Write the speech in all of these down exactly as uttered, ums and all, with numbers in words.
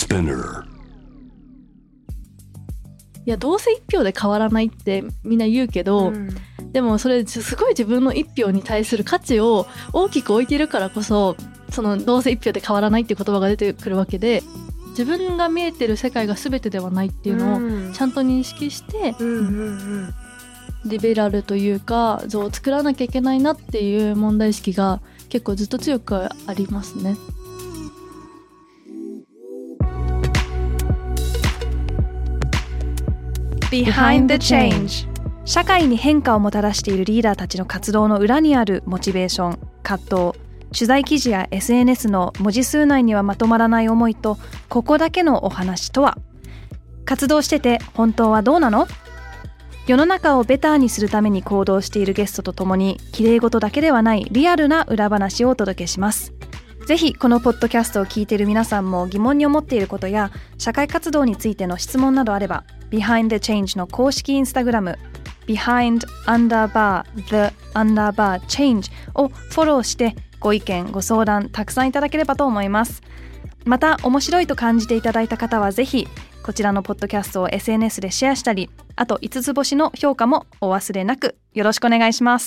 Spinner。 いやどうせ一票で変わらないってみんな言うけど、うん、でもそれすごい自分の一票に対する価値を大きく置いているからこそ、そのどうせ一票で変わらないっていう言葉が出てくるわけで、自分が見えてる世界が全てではないっていうのをちゃんと認識して、うんうんうん、リベラルというか像を作らなきゃいけないなっていう問題意識が結構ずっと強くありますね。 Behind the Change。 社会に変化をもたらしているリーダーたちの活動の裏にあるモチベーション、葛藤、取材記事や エスエヌエス の文字数内にはまとまらない思いと、ここだけのお話とは。活動してて本当はどうなの？世の中をベターにするために行動しているゲストとともに、綺麗事だけではないリアルな裏話をお届けします。ぜひこのポッドキャストを聞いている皆さんも疑問に思っていることや社会活動についての質問などあれば、 Behind the Change の公式インスタグラム Behind underbar the underbar change をフォローしてご意見ご相談たくさんいただければと思います。また面白いと感じていただいた方はぜひこちらのポッドキャストを エスエヌエス でシェアしたり、あといつつ星の評価もお忘れなくよろしくお願いします。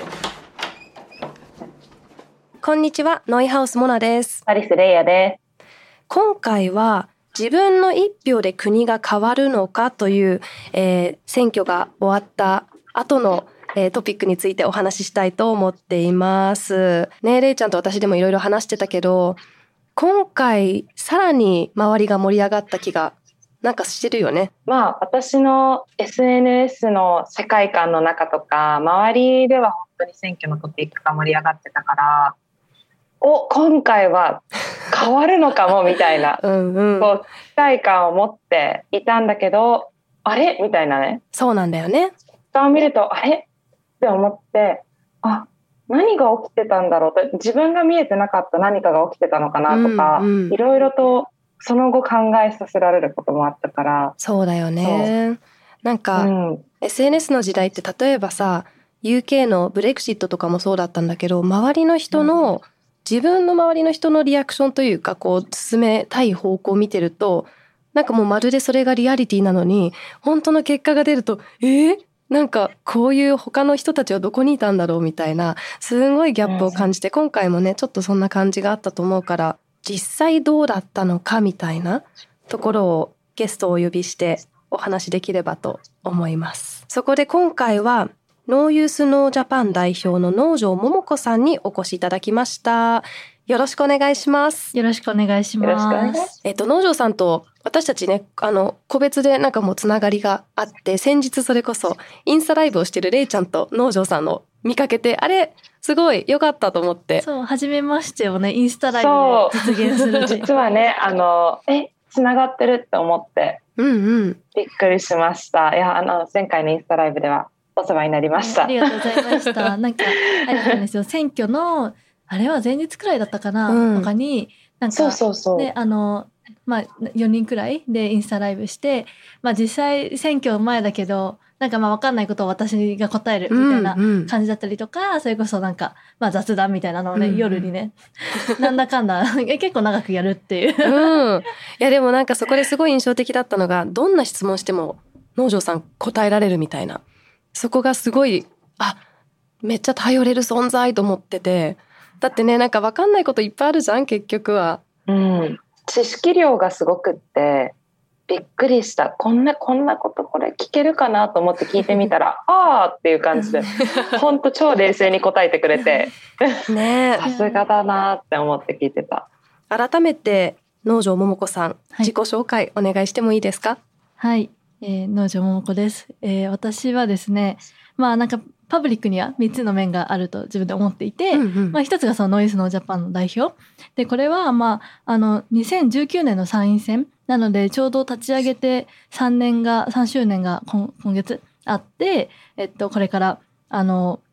こんにちは、ノイハウスモナです。 アリスレイヤです。 今回は自分の一票で国が変わるのかという、えー、選挙が終わった後の、えー、トピックについてお話ししたいと思っていますね。えレイちゃんと私でもいろいろ話してたけど、今回さらに周りが盛り上がった気がなんかしてるよね。 まあ私の エスエヌエス の世界観の中とか周りでは本当に選挙のトピックが盛り上がってたから、お今回は変わるのかもみたいなうん、うん、こう期待感を持っていたんだけど、あれみたいなね。 そうなんだよね。 蓋を見るとあれって思って、あ何が起きてたんだろうと、自分が見えてなかった何かが起きてたのかなとか、いろいろとその後考えさせられることもあったから。 そうだよね。なんか、うん、エスエヌエス の時代って例えばさ ユーケー のブレクシットとかもそうだったんだけど、周りの人の、うん自分の周りの人のリアクションというかこう進めたい方向を見てると、なんかもうまるでそれがリアリティなのに本当の結果が出るとえー、なんかこういう他の人たちはどこにいたんだろうみたいなすごいギャップを感じて、今回もねちょっとそんな感じがあったと思うから、実際どうだったのかみたいなところをゲストをお呼びしてお話できればと思います。そこで今回はノーユースノージャパン代表の能條桃子さんにお越しいただきました。よろしくお願いします。 よろしくお願いします。 えっと能條さんと私たちね、あの個別でなんかもうつながりがあって、先日それこそインスタライブをしてるレイちゃんと能條さんの見かけて、あれすごい良かったと思って。 そう初めましてをねインスタライブで実現する実はねあのえつながってるって思って、うんうん、びっくりしました。いやあの前回のインスタライブではお世話になりました。 ありがとうございました。なんかあれなんですよ、選挙のあれは前日くらいだったかな、うん、とかになんかそうそうそう、ね、あのまあよにんくらいでインスタライブして、まあ実際選挙前だけどなんかまあ分かんないことを私が答えるみたいな感じだったりとか、うんうん、それこそなんかまあ雑談みたいなのをね、うんうん、夜にねなんだかんだ結構長くやるっていう、 うん、いやでもなんかそこですごい印象的だったのが、どんな質問しても能條さん答えられるみたいな、そこがすごいあめっちゃ頼れる存在と思ってて、だってねなんか分かんないこといっぱいあるじゃん結局は、 うん、知識量がすごくってびっくりした。こんなこんなことこれ聞けるかなと思って聞いてみたらあーっていう感じでほんと超冷静に答えてくれてねさすがだなって思って聞いてた。 改めて能條桃子さん、はい、自己紹介お願いしてもいいですか？ はい、えー、能條桃子です。えー、私はですね、まあなんかパブリックにはみっつの面があると自分で思っていて、うんうん、まあ一つがそのノイズノージャパンの代表で、これはまああのにせんじゅうきゅうねんの参院選なのでちょうど立ち上げてさんねんがさんしゅうねんが今、今月あって、えっとこれからあの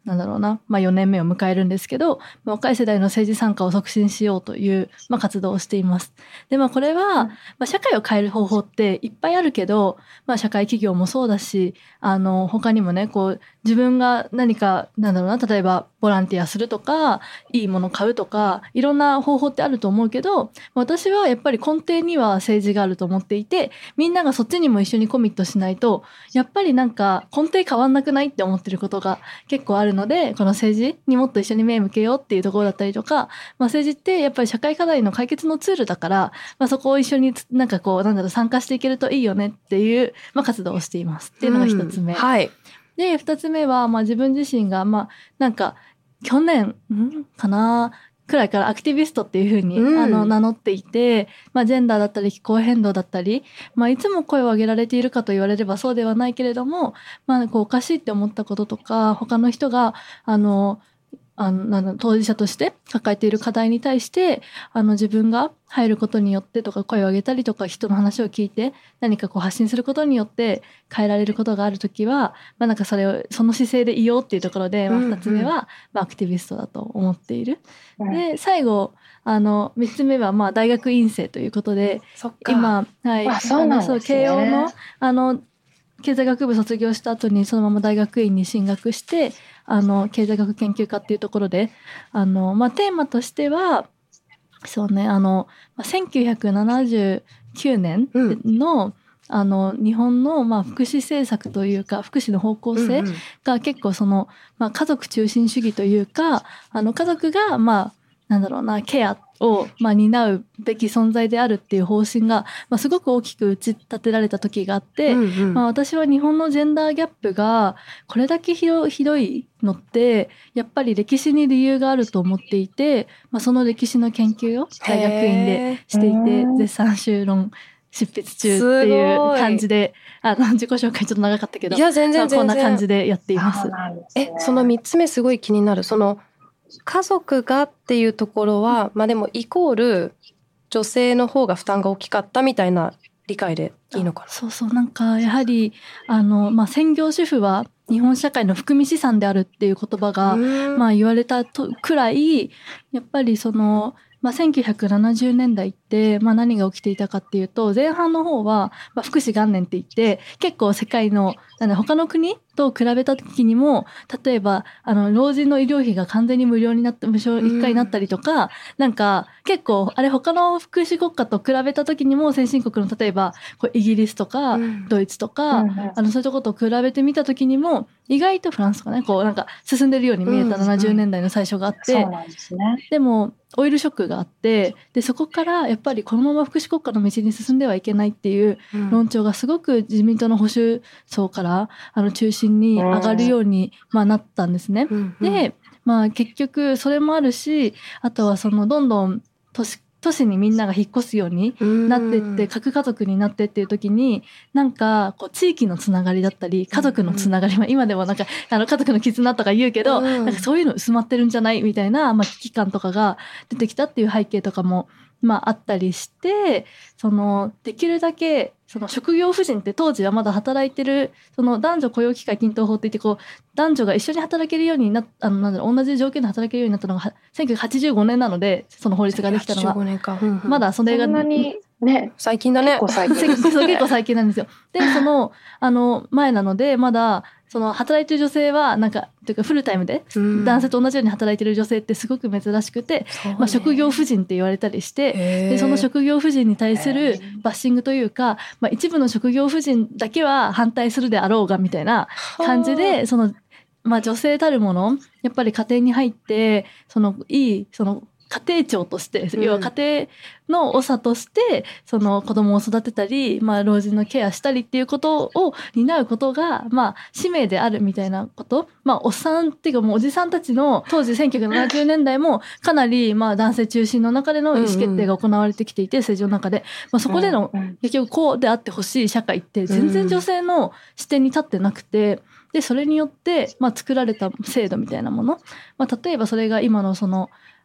なんだろうな、まあ、よねんめを迎えるんですけど、若い世代の政治参加を促進しようという、まあ、活動をしています。で、まあ、これは、まあ、社会を変える方法っていっぱいあるけど、まあ、社会企業もそうだし、あの他にもね、こう自分が何かなんだろうな、例えばボランティアするとか、いいもの買うとか、いろんな方法ってあると思うけど、私はやっぱり根底には政治があると思っていて、みんながそっちにも一緒にコミットしないと、やっぱりなんか根底変わんなくないって思ってることが結構あるので、この政治にもっと一緒に目向けようっていうところだったりとか、まあ、政治ってやっぱり社会課題の解決のツールだから、まあ、そこを一緒になんかこうなんだろう参加していけるといいよねっていう、まあ、活動をしていますっていうのが一つ目、 うん、はい。 で二つ目は、まあ、自分自身がまあなんか去年んかなくらいからアクティビストっていう風に、うん、あの名乗っていて、まあ、ジェンダーだったり気候変動だったり、まあ、いつも声を上げられているかと言われればそうではないけれども、まあ、こうおかしいって思ったこととか、他の人があのあのなんだ当事者として抱えている課題に対してあの自分が入ることによってとか、声を上げたりとか、人の話を聞いて何かこう発信することによって変えられることがあるときは、まあ、なんかそれをその姿勢でいようっていうところで、まあ、ふたつめは、まあ、アクティビストだと思っている、うん、で最後あのみっつめはまあ大学院生ということで、今、はい、 あ、そうなんですね。 慶応のあの経済学部卒業した後にそのまま大学院に進学して、あの経済学研究科っていうところであの、まあ、テーマとしてはそうね、あのせんきゅうひゃくななじゅうきゅうねんの、うん、あの日本のまあ福祉政策というか福祉の方向性が結構その、まあ、家族中心主義というか、あの家族がまあなんだろうなケアをまあ担うべき存在であるっていう方針が、まあ、すごく大きく打ち立てられた時があって、うんうん、まあ、私は日本のジェンダーギャップがこれだけひど、ひどいのってやっぱり歴史に理由があると思っていて、まあ、その歴史の研究を大学院でしていて絶賛修論執筆中っていう感じで、あの自己紹介ちょっと長かったけど、 いや全然全然、 まあ、こんな感じでやっています。 えそのみっつめすごい気になる。その家族がっていうところは、まあ、でもイコール女性の方が負担が大きかったみたいな理解でいいのかな。 そうそう、なんかやはりあの、まあ、専業主婦は日本社会の含み資産であるっていう言葉が、まあ、言われたとくらいやっぱりその、まあ、せんきゅうひゃくななじゅうねんだいって、まあ、何が起きていたかっていうと、前半の方は、まあ、福祉元年って言って結構世界のなんで他の国と比べた時にも、例えばあの老人の医療費が完全に無料になって無償いっかいになったりとか、なんか結構あれ他の福祉国家と比べた時にも先進国の例えばこうイギリスとかドイツとか、うん、あのそういうとこと比べてみた時にも意外とフランスとかね、こうなんか進んでるように見えたななじゅうねんだいの最初があって、 うんうん、そうなんですね。 でもオイルショックがあって、でそこからやっぱりこのまま福祉国家の道に進んではいけないっていう論調がすごく自民党の保守層からあの中心に上がるように、まあ、なったんですね。うんうん、で、まあ、結局それもあるし、あとはそのどんどん都市都市にみんなが引っ越すようになってって核家族になってっていう時になんかこう地域のつながりだったり家族のつながりは今でもなんかあの家族の絆とか言うけどなんかそういうの薄まってるんじゃないみたいなまあ危機感とかが出てきたっていう背景とかもまああったりしてそのできるだけその職業婦人って当時はまだ働いてるその男女雇用機会均等法っていってこう男女が一緒に働けるようになあのなんだろう同じ条件で働けるようになったのがせんきゅうひゃくはちじゅうごねんなのでその法律ができたのがはちじゅうごねんか、うんうん、まだそれがそんなにね最近だね結構最近結構最近なんですよ。でそのあの前なのでまだその働いてる女性はなんかというかフルタイムで男性と同じように働いてる女性ってすごく珍しくて、うんまあ、職業婦人って言われたりしてでその職業婦人に対するバッシングというか、まあ、一部の職業婦人だけは反対するであろうがみたいな感じでその、まあ、女性たるものやっぱり家庭に入ってそのいいその家庭長として、うん、要は家庭の長としてその子供を育てたり、まあ、老人のケアしたりっていうことを担うことが、まあ、使命であるみたいなこと、まあ、おっさんっていうかもうおじさんたちの当時せんきゅうひゃくななじゅうねんだいもかなりまあ男性中心の中での意思決定が行われてきていて、うんうん、政治の中で、まあ、そこでの、うんうん、結局こうであってほしい社会って全然女性の視点に立ってなくてでそれによって、まあ、作られた制度みたいなもの、まあ、例えばそれが今のその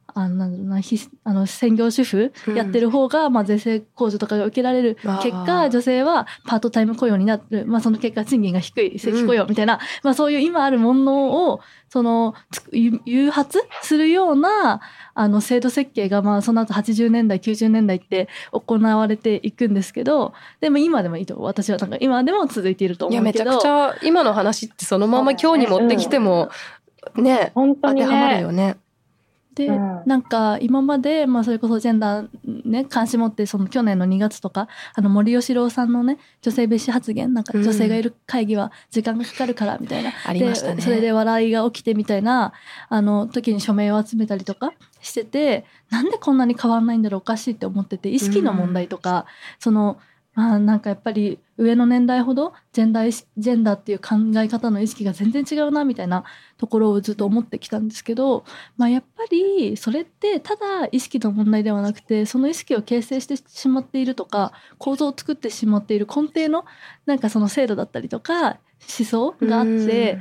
あのなんだろうなひあの専業主婦やってる方が、うんまあ、税制控除とかが受けられる結果女性はパートタイム雇用になる、まあ、その結果賃金が低い正規雇用みたいな、うんまあ、そういう今あるものをその誘発するようなあの制度設計がまあその後はちじゅうねんだいきゅうじゅうねんだいって行われていくんですけど、でも今でもいいと私はなんか今でも続いていると思うけど、 いやめちゃくちゃ今の話ってそのまま今日に持ってきてもね、 本当にね当てはまるよね。 で、 うん、 なんか今まで、まあ、それこそジェンダーね関心持ってその去年のにがつとかあの森喜朗さんのね女性蔑視発言なんか女性がいる会議は時間がかかるからみたいな、 うん、ありましたね。 それで笑いが起きてみたいなあの時に署名を集めたりとかしてて、なんでこんなに変わんないんだろうおかしいって思ってて、意識の問題とか、うん、そのまあなんかやっぱり上の年代ほどジェンダー、ジェンダーっていう考え方の意識が全然違うなみたいなところをずっと思ってきたんですけど、まあ、やっぱりそれってただ意識の問題ではなくてその意識を形成してしまっているとか構造を作ってしまっている根底のなんかその制度だったりとか思想があって、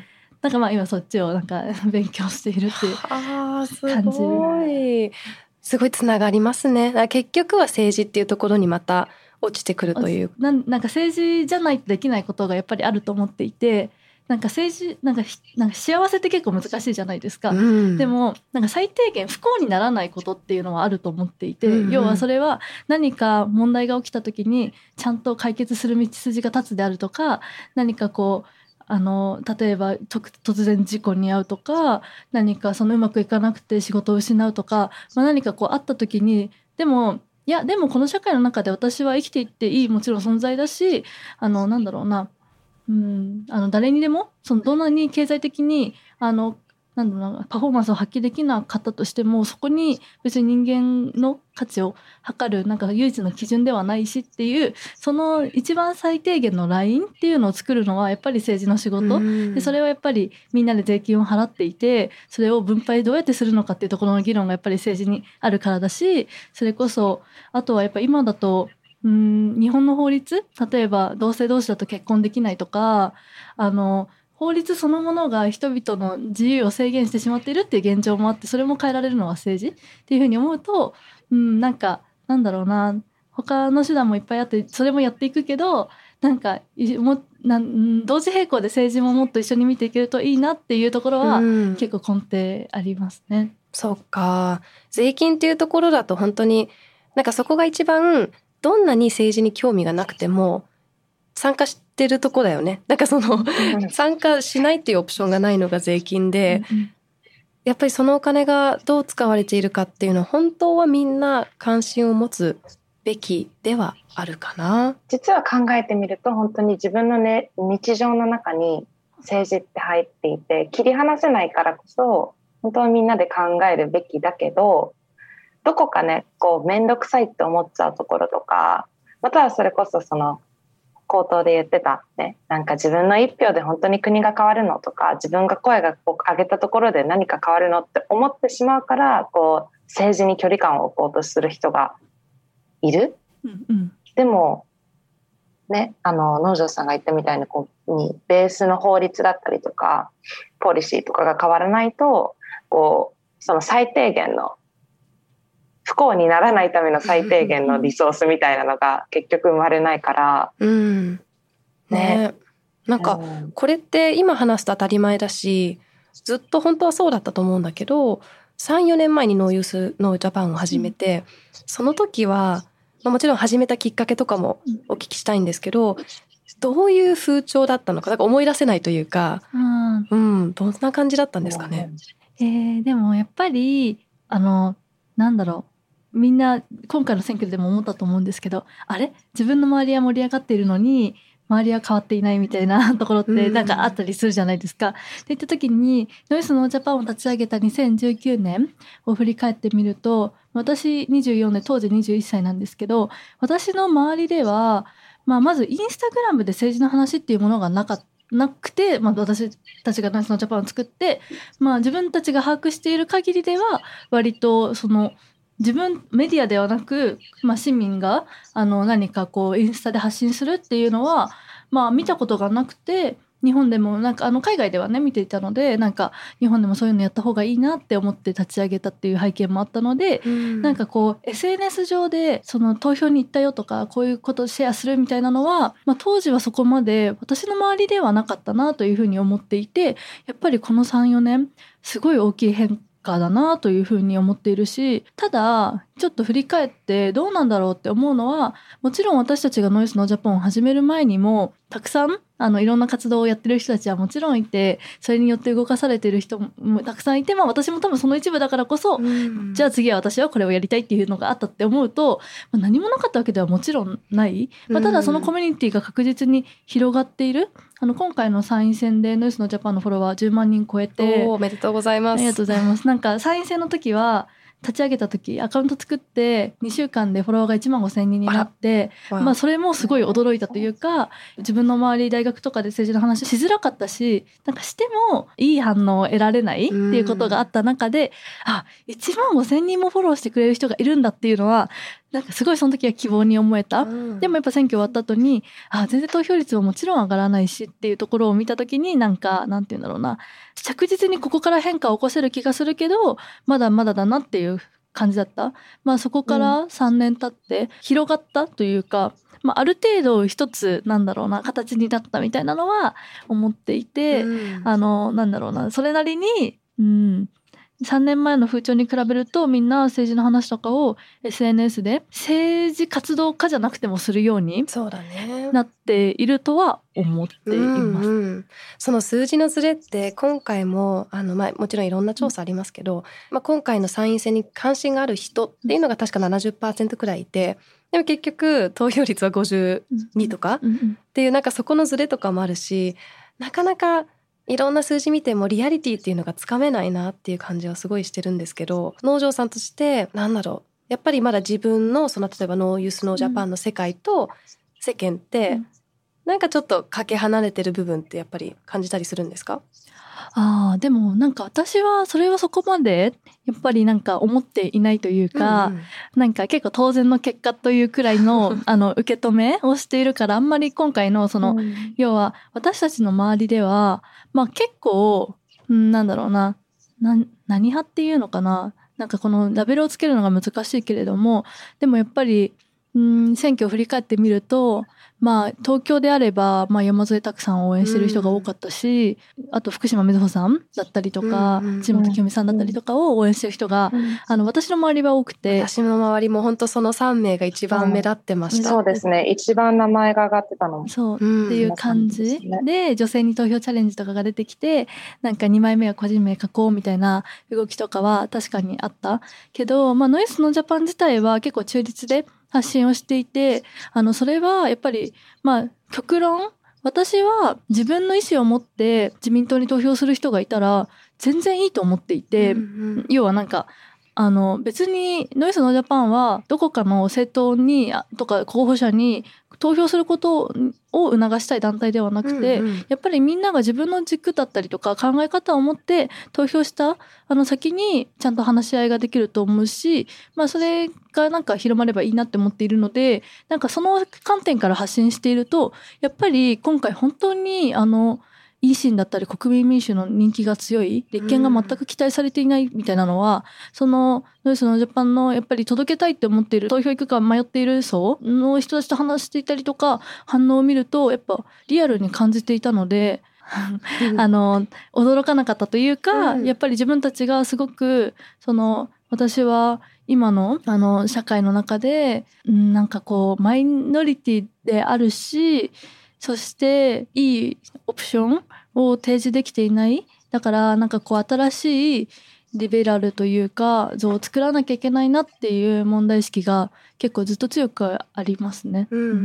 なんかまあ今そっちをなんか勉強しているっていう感じ。 あすごいすごいつながりますね。だから結局は政治っていうところにまた落ちてくるというな、なんか政治じゃないとできないことがやっぱりあると思っていて、なんか政治なんかなんか幸せって結構難しいじゃないですか、うん、でもなんか最低限不幸にならないことっていうのはあると思っていて、うんうん、要はそれは何か問題が起きた時にちゃんと解決する道筋が立つであるとか、何かこうあの例えば突然事故に遭うとか、何かそのうまくいかなくて仕事を失うとか、まあ、何かこうあった時にでもいやでもこの社会の中で私は生きていっていいもちろん存在だし、あのなんだろうな、うん、あの誰にでもそのどんなに経済的にあのなんだろうなパフォーマンスを発揮できなかったとしても、そこに別に人間の価値を測るなんか唯一の基準ではないしっていう、その一番最低限のラインっていうのを作るのはやっぱり政治の仕事で、それはやっぱりみんなで税金を払っていて、それを分配どうやってするのかっていうところの議論がやっぱり政治にあるからだし、それこそあとはやっぱ今だとうん日本の法律、例えば同性同士だと結婚できないとか、あの法律そのものが人々の自由を制限してしまっているっていう現状もあって、それも変えられるのは政治っていうふうに思うと、うん、なんかなんだろうな、他の手段もいっぱいあってそれもやっていくけど、なんかもなん同時並行で政治ももっと一緒に見ていけるといいなっていうところは結構根底ありますね、うん、 そうか、税金っていうところだと本当になんかそこが一番どんなに政治に興味がなくても参加してるとこだよね。なんかその参加しないっていうオプションがないのが税金で、うんうん、やっぱりそのお金がどう使われているかっていうのは本当はみんな関心を持つべきではあるかな。 実は考えてみると本当に自分の、ね、日常の中に政治って入っていて切り離せないからこそ本当はみんなで考えるべきだけど、どこかねこう面倒くさいって思っちゃうところとか、またはそれこそその口頭で言ってたね、なんか自分の一票で本当に国が変わるのとか、自分が声がこう上げたところで何か変わるのって思ってしまうから、こう政治に距離感を置こうとする人がいる、うんうん、でもね、あの農場さんが言ったみたいにこうにベースの法律だったりとかポリシーとかが変わらないと、こうその最低限の不幸にならないための最低限のリソースみたいなのが結局生まれないから、 うんね、ね、なんかこれって今話すと当たり前だしずっと本当はそうだったと思うんだけど、さんよねんまえにノーユースノージャパンを始めて、うん、その時は、まあ、もちろん始めたきっかけとかもお聞きしたいんですけど、どういう風潮だったのか、なんか思い出せないというか、うんうん、どんな感じだったんですかね。 えー、でもやっぱりあのなんだろう、みんな今回の選挙でも思ったと思うんですけど、あれ自分の周りは盛り上がっているのに周りは変わっていないみたいなところってなんかあったりするじゃないですか、うん、っていった時にノイズノージャパンを立ち上げたにせんじゅうきゅうねんを振り返ってみると、私にじゅうよんで当時にじゅういっさいなんですけど、私の周りでは、まあ、まずインスタグラムで政治の話っていうものがなかったなくて、まあ、私たちがナイスのジャパンを作って、まあ、自分たちが把握している限りでは割とその自分メディアではなく、まあ、市民があの何かこうインスタで発信するっていうのは、まあ、見たことがなくて、 日本でもなんかあの海外ではね見ていたので、なんか日本でもそういうのやった方がいいなって思って立ち上げたっていう背景もあったので、うん、なんかこう エスエヌエス 上でその投票に行ったよとかこういうことをシェアするみたいなのは、まあ、当時はそこまで私の周りではなかったなというふうに思っていて、やっぱりこの さん,よ 年すごい大きい変化だなというふうに思っているし、ただちょっと振り返ってどうなんだろうって思うのは、もちろん私たちがノイズノージャパンを始める前にもたくさんあのいろんな活動をやってる人たちはもちろんいて、それによって動かされてる人もたくさんいて、まあ、私も多分その一部だからこそ、うん、じゃあ次は私はこれをやりたいっていうのがあったって思うと、まあ、何もなかったわけではもちろんない、まあ、ただそのコミュニティが確実に広がっている。あの今回の参院選でノイズノージャパンのフォロワーじゅうまんにん超えて、 おめでとうございます。 ありがとうございます。なんか参院選の時は立ち上げた時アカウント作ってにしゅうかんでフォロワーがいちまんごせんにんになって、まあそれもすごい驚いたというか、自分の周り大学とかで政治の話しづらかったし、なんかしてもいい反応を得られないっていうことがあった中で、あ、いちまんごせんにんもフォローしてくれる人がいるんだっていうのはなんかすごいその時は希望に思えた、うん、でもやっぱ選挙終わった後にあ全然投票率ももちろん上がらないしっていうところを見た時に、なんかなんていうんだろうな、着実にここから変化を起こせる気がするけどまだまだだなっていう感じだった。まあそこからさんねん経って広がったというか、まあ、ある程度一つなんだろうな形になったみたいなのは思っていて、うん、あのなんだろうな、それなりに、うん、さんねんまえの風潮に比べるとみんな政治の話とかを エスエヌエス で政治活動家じゃなくてもするようになっているとは思っています。 うんうん、その数字のズレって今回もあの、まあ、もちろんいろんな調査ありますけど、まあ、今回の参院選に関心がある人っていうのが確か ななじゅっパーセント くらいいて、でも結局投票率はごじゅうにとかっていう、なんかそこのズレとかもあるし、なかなかいろんな数字見てもリアリティっていうのがつかめないなっていう感じはすごいしてるんですけど、農場さんとしてなんだろう、やっぱりまだ自分のその例えばノーユースノージャパンの世界と世間ってなんかちょっとかけ離れてる部分ってやっぱり感じたりするんですか？ あでもなんか私はそれはそこまでやっぱりなんか思っていないというか、うんうん、なんか結構当然の結果というくらいのあの受け止めをしているから、あんまり今回のその、うん、要は私たちの周りではまあ結構、うん、なんだろうな、な何派っていうのかな、なんかこのラベルをつけるのが難しいけれども、でもやっぱりうん選挙を振り返ってみると、まあ東京であれば、まあ、山添拓さんを応援してる人が多かったし、うん、あと福島みずほさんだったりとか千本清美さんだったりとかを応援してる人が、うん、あの私の周りは多くて、 私の周りも本当そのさんめいが一番目立ってました。 そうですね、一番名前が上がってたのそう、うん、っていう感じで、女性に投票チャレンジとかが出てきて、なんかにまいめは個人名書こうみたいな動きとかは確かにあったけど、まあ、ノイズノージャパン自体は結構中立で発信をしていて、あのそれはやっぱりまあ極論、私は自分の意思を持って自民党に投票する人がいたら全然いいと思っていて、うんうん、要はなんかあの別にノイズノージャパンはどこかの政党にとか候補者に投票することを促したい団体ではなくて、うんうん、やっぱりみんなが自分の軸だったりとか考え方を持って投票したあの先にちゃんと話し合いができると思うし、まあ、それがなんか広まればいいなって思っているので、なんかその観点から発信していると、やっぱり今回本当にあの維新だったり国民民主の人気が強い、立憲が全く期待されていないみたいなのは、うん、そのノイズノージャパンのやっぱり届けたいって思っている、投票行くか迷っている層の人たちと話していたりとか反応を見るとやっぱリアルに感じていたのであの驚かなかったというか、うん、やっぱり自分たちがすごくその私は今のあの社会の中でなんかこうマイノリティであるし、そしていいオプションを提示できていない。だからなんかこう新しいリベラルというか像を作らなきゃいけないなっていう問題意識が結構ずっと強くありますね。うんうんうん、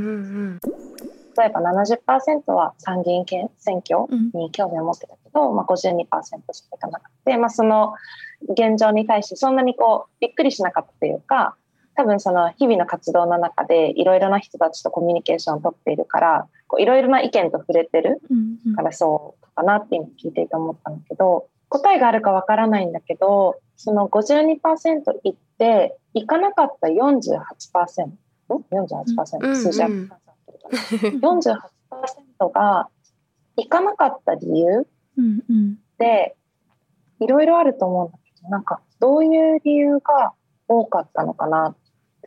例えば ななじゅっパーセント は参議院選挙に興味を持ってたけど、うんまあ、ごじゅうにパーセント しかいかなくて、まあ、その現状に対してそんなにこうびっくりしなかったというか、多分その日々の活動の中でいろいろな人たちとコミュニケーションを取っているから、いろいろな意見と触れてるからそうかなって今聞いていて思ったんだけど、答えがあるかわからないんだけど、その ごじゅうにパーセント 行って行かなかった よんじゅうはちパーセント、ん ?よんじゅうはちパーセント、数字は換算するかな、よんじゅうはちパーセント が行かなかった理由うんうん、 でいろいろあると思うんだけど、なんかどういう理由が多かったのかなって、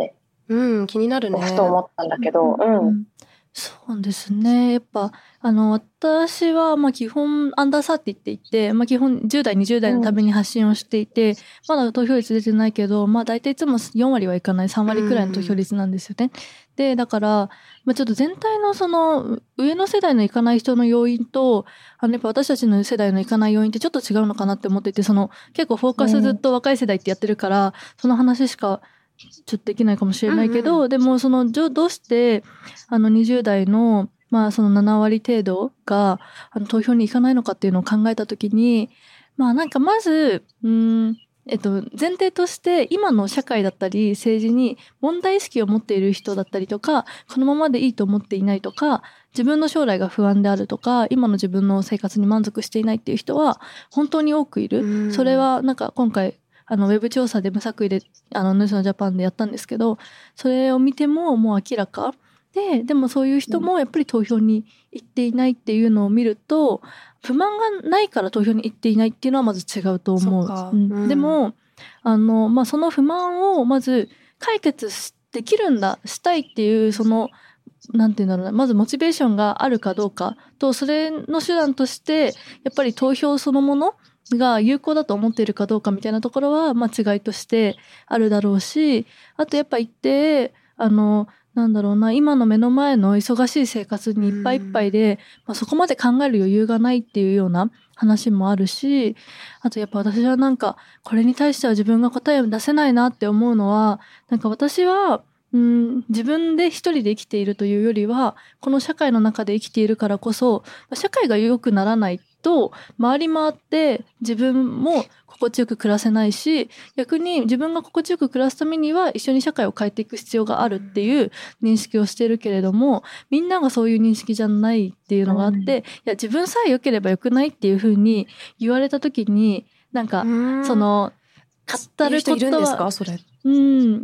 うん、気になるね。 ふと思ったんだけど、うんうん、 そうですね。やっぱあの私はまあ基本アンダーサーティって言って、まあ、基本じゅう代にじゅう代のために発信をしていて、うん、まだ投票率出てないけど、まあ、大体いつもよん割はいかないさん割くらいの投票率なんですよね。うん、でだから、まあ、ちょっと全体のその上の世代のいかない人の要因とあのやっぱ私たちの世代のいかない要因ってちょっと違うのかなって思っていて、その結構フォーカスずっと若い世代ってやってるから、うん、その話しかちょっとできないかもしれないけど、うんうん、でもそのどうしてあのにじゅう代のまあそのなな割程度があの投票に行かないのかっていうのを考えたときに、まあなんかまずうーんえっと前提として今の社会だったり政治に問題意識を持っている人だったりとか、このままでいいと思っていないとか、自分の将来が不安であるとか、今の自分の生活に満足していないっていう人は本当に多くいる。うん、それはなんか今回あのウェブ調査で無作為であのヌースのジャパンでやったんですけど、それを見てももう明らかで、でもそういう人もやっぱり投票に行っていないっていうのを見ると、不満がないから投票に行っていないっていうのはまず違うと思う。うん、でもあの、まあ、その不満をまず解決できるんだ、したいっていうそのなんていうんだろうな、まずモチベーションがあるかどうかと、それの手段としてやっぱり投票そのものが有効だと思っているかどうかみたいなところは、まあ、違いとしてあるだろうし、あとやっぱ一定あのなんだろうな、今の目の前の忙しい生活にいっぱいいっぱいで、まあ、そこまで考える余裕がないっていうような話もあるし、あとやっぱ私はなんかこれに対しては自分が答えを出せないなって思うのは、なんか私はうん、自分で一人で生きているというよりは、この社会の中で生きているからこそ、社会が良くならないと回り回って自分も心地よく暮らせないし、逆に自分が心地よく暮らすためには一緒に社会を変えていく必要があるっていう認識をしているけれども、みんながそういう認識じゃないっていうのがあって、うん、いや自分さえ良ければ良くないっていうふうに言われた時に、なんかその語ることは、いい人いるんですかそれ。うん、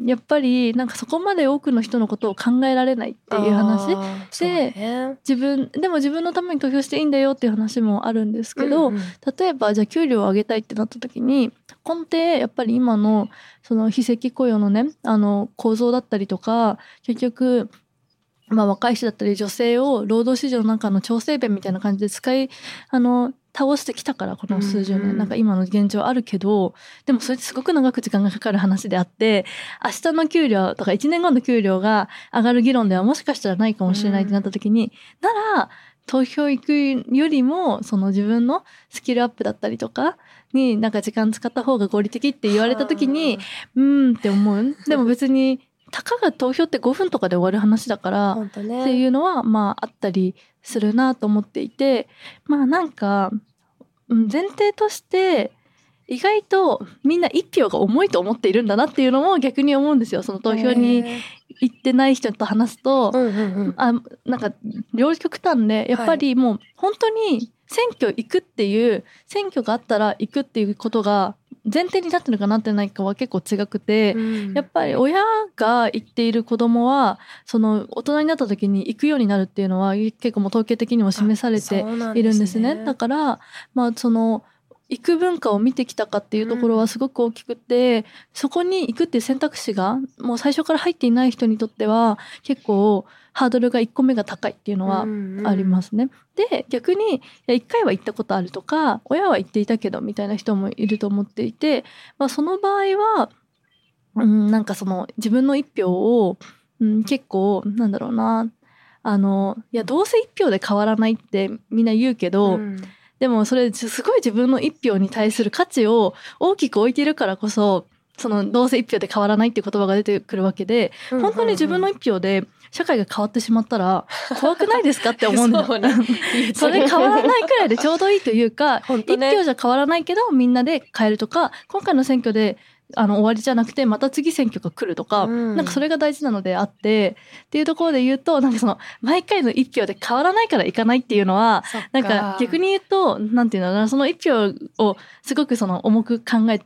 やっぱりなんかそこまで多くの人のことを考えられないっていう話で、ね、自分でも自分のために投票していいんだよっていう話もあるんですけど、うんうん、例えばじゃあ給料を上げたいってなった時に根底やっぱり今のその非正規雇用のねあの構造だったりとか、結局まあ若い人だったり女性を労働市場の中の調整弁みたいな感じで使いあの倒してきたからこの数十年、うんうん、なんか今の現状あるけど、でもそれってすごく長く時間がかかる話であって、明日の給料とかいちねんごの給料が上がる議論ではもしかしたらないかもしれないってなった時に、うん、なら投票行くよりもその自分のスキルアップだったりとかになんか時間使った方が合理的って言われた時にうーんって思う。でも別にたかが投票ってごふんとかで終わる話だから、ね、っていうのはまああったりするなと思っていて、まあなんか前提として意外とみんな一票が重いと思っているんだなっていうのも逆に思うんですよ。その投票に行ってない人と話すと、うんうんうん、あなんか両極端でやっぱりもう本当に選挙行くっていう、選挙があったら行くっていうことが前提になってるかなってないかは結構違くて、うん、やっぱり親が行っている子供はその大人になった時に行くようになるっていうのは結構もう統計的にも示されているんですね。だからまあその行く文化を見てきたかっていうところはすごく大きくて、うん、そこに行くっていう選択肢がもう最初から入っていない人にとっては結構ハードルがいっこめが高いっていうのはありますね。うんうん、で逆にいやいっかいは行ったことあるとか親は行っていたけどみたいな人もいると思っていて、まあ、その場合は、うん、なんかその自分の一票を、うん、結構なんだろうなあのいやどうせ一票で変わらないってみんな言うけど、うんでもそれすごい自分の一票に対する価値を大きく置いているからこそ、そのどうせ一票で変わらないっていう言葉が出てくるわけで、うんうんうん、本当に自分の一票で社会が変わってしまったら怖くないですかって思うんだよ。そ, ね、それ変わらないくらいでちょうどいいというか、ね、一票じゃ変わらないけどみんなで変えるとか、今回の選挙であの終わりじゃなくてまた次選挙が来るとか、うん、なんかそれが大事なのであってっていうところで言うと、なんかその毎回の一票で変わらないからいかないっていうのはなんか逆に言うとなんていうのかな、その一票をすごくその重く考えて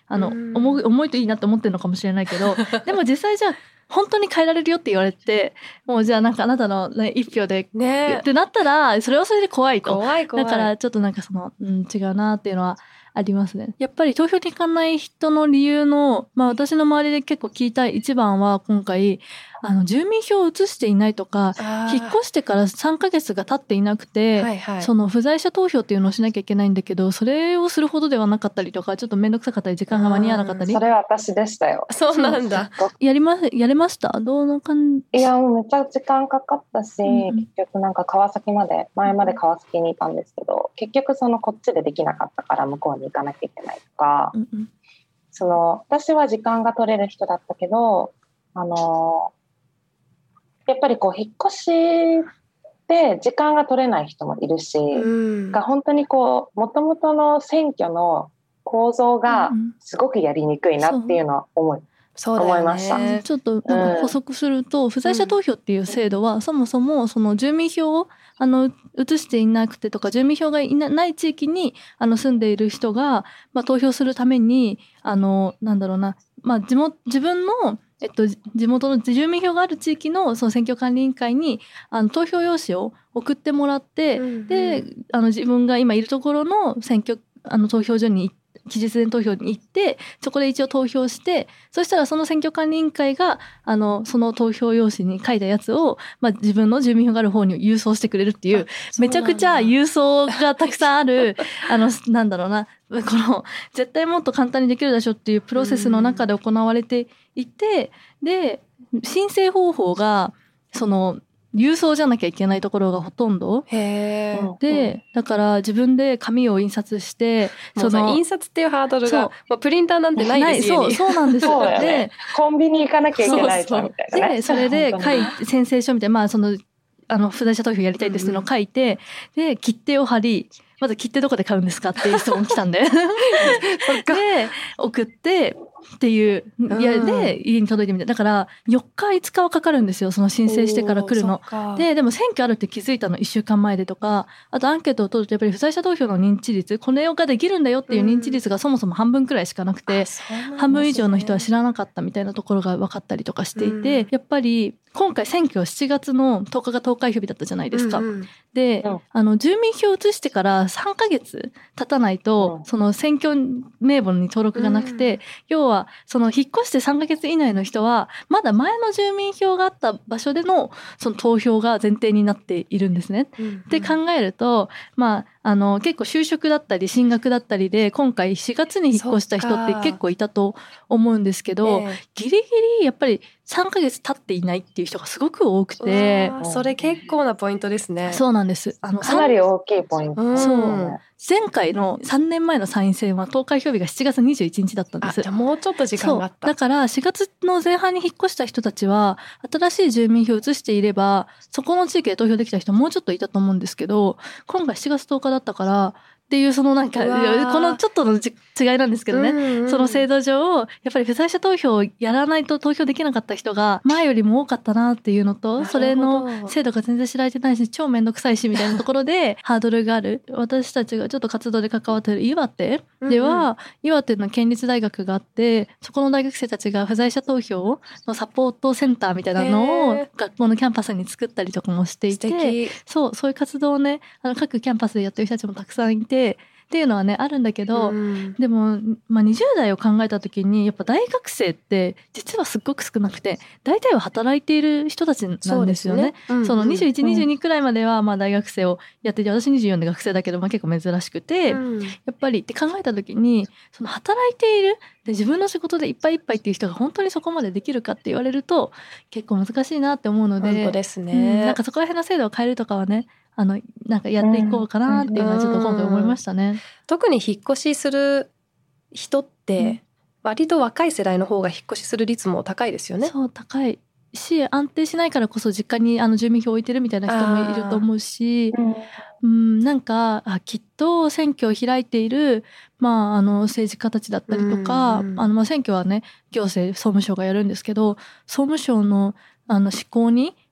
あの重い、重いといいなって思ってるのかもしれないけどでも実際じゃあ本当に変えられるよって言われて、もうじゃあなんかあなたの、ね、一票で、ね、ってなったらそれはそれで怖いと。 怖い怖い。 だからちょっとなんかその、うん、違うなっていうのはありますね。やっぱり投票に行かない人の理由の、まあ私の周りで結構聞いた一番は今回、あの住民票を移していないとか、引っ越してからさんかげつが経っていなくて、はいはい、その不在者投票っていうのをしなきゃいけないんだけど、それをするほどではなかったりとか、ちょっとめんどくさかったり、時間が間に合わなかったり。 それは私でしたよ。 そうなんだ。 やりま、やれました？どうな感じ？ いや、もうめっちゃ時間かかったし、うん、結局なんか川崎まで、前まで川崎にいたんですけど、結局そのこっちでできなかったから向こうに行かなきゃいけないとか、うんうん、その私は時間が取れる人だったけど、あのやっぱりこう引っ越しで時間が取れない人もいるし、うん、が本当にこう元々の選挙の構造がすごくやりにくいなっていうのは思い、そう思いました。 ちょっとなんか補足すると、うん、不在者投票っていう制度は、うん、そもそもその住民票をあの移していなくてとか住民票がいな、ない地域にあの住んでいる人が、まあ、投票するためにあのなんだろうな、まあ、地元自分のえっと、地元の住民票がある地域のその選挙管理委員会にあの投票用紙を送ってもらって、うんうん、であの自分が今いるところの選挙あの投票所に期日前投票に行ってそこで一応投票して、そしたらその選挙管理委員会があのその投票用紙に書いたやつを、まあ、自分の住民票がある方に郵送してくれるっていう、めちゃくちゃ郵送がたくさんあるあのなんだろうな、この絶対もっと簡単にできるでしょっていうプロセスの中で行われていて、で申請方法がその郵送じゃなきゃいけないところがほとんどへーで、だから自分で紙を印刷してその印刷っていうハードルが、まあ、プリンターなんてないですよね。 そう、そうなんですよ。 ね、でコンビニ行かなきゃいけないじゃんみたいな、ね、 でそれで書いて宣誓書みたいな、まあそのあの不在者投票やりたいですっていうのを書いて、うん、で切手を貼り、まず切手どこで買うんですかっていう質問来たんでで送ってっていういやで家に届いてみたい。だからよっかいつかはかかるんですよ、その申請してから来るので。でも選挙あるって気づいたのいっしゅうかんまえでとか、あとアンケートを取るとやっぱり不在者投票の認知率、これができるんだよっていう認知率がそもそも半分くらいしかなくて、うん、半分以上の人は知らなかったみたいなところが分かったりとかしていて、うん、やっぱり今回選挙はしちがつのとおかが投開票日だったじゃないですか、うんうん、で、うん、あの住民票を移してからさんかげつ経たないと、うん、その選挙名簿に登録がなくて、うん、要はその引っ越してさんかげつ以内の人はまだ前の住民票があった場所でのその投票が前提になっているんですね、うんうん、って考えると、まああの結構就職だったり進学だったりで今回しがつに引っ越した人って結構いたと思うんですけど、ね、ギリギリやっぱりさんかげつ経っていないっていう人がすごく多くて、 それ結構なポイントですね。 そうなんです。あのかなり大きいポイント、うん、 そう前回のさんねんまえの参院選は投開票日がしちがつにじゅういちにちだったんです。 あ、じゃあもうちょっと時間があった。 だからしがつの前半に引っ越した人たちは新しい住民票を移していればそこの地域で投票できた人もうちょっといたと思うんですけど、今回しちがつとおかだったからっていうそのなんかこのちょっとの違いなんですけどね、うんうん、その制度上やっぱり不在者投票をやらないと投票できなかった人が前よりも多かったなっていうのと、それの制度が全然知られてないし超めんどくさいしみたいなところでハードルがある。私たちがちょっと活動で関わっている岩手では、うんうん、岩手の県立大学があってそこの大学生たちが不在者投票のサポートセンターみたいなのを学校のキャンパスに作ったりとかもしていて、そうそういう活動をねあの各キャンパスでやってる人たちもたくさんいてっていうのはねあるんだけど、うん、でも、まあ、にじゅう代を考えた時にやっぱ大学生って実はすっごく少なくて大体は働いている人たちなんですよね。そ、ねうんうん、そのにじゅういち、にじゅうにくらいまではまあ大学生をやっていて、私にじゅうよんで学生だけど、まあ、結構珍しくて、うん、やっぱりって考えた時にその働いているで自分の仕事でいっぱいいっぱいっていう人が本当にそこまでできるかって言われると結構難しいなって思うので、 本当ですね、 うん、なんかそこら辺の制度を変えるとかはねあのなんかやっていこうかなっていうのはちょっと今回思いましたね、うんうん、 特に引っ越しする人って割と若い世代の方が引っ越しする率も高いですよね。 そう高いし安定しないからこそ実家にあの住民票を置いてるみたいな人もいると思うし、うん、なんかあきっと選挙を開いている、まあ、あの政治家たちだったりとか、うんうん、あのまあ選挙はね行政総務省がやるんですけど総務省のあの思考に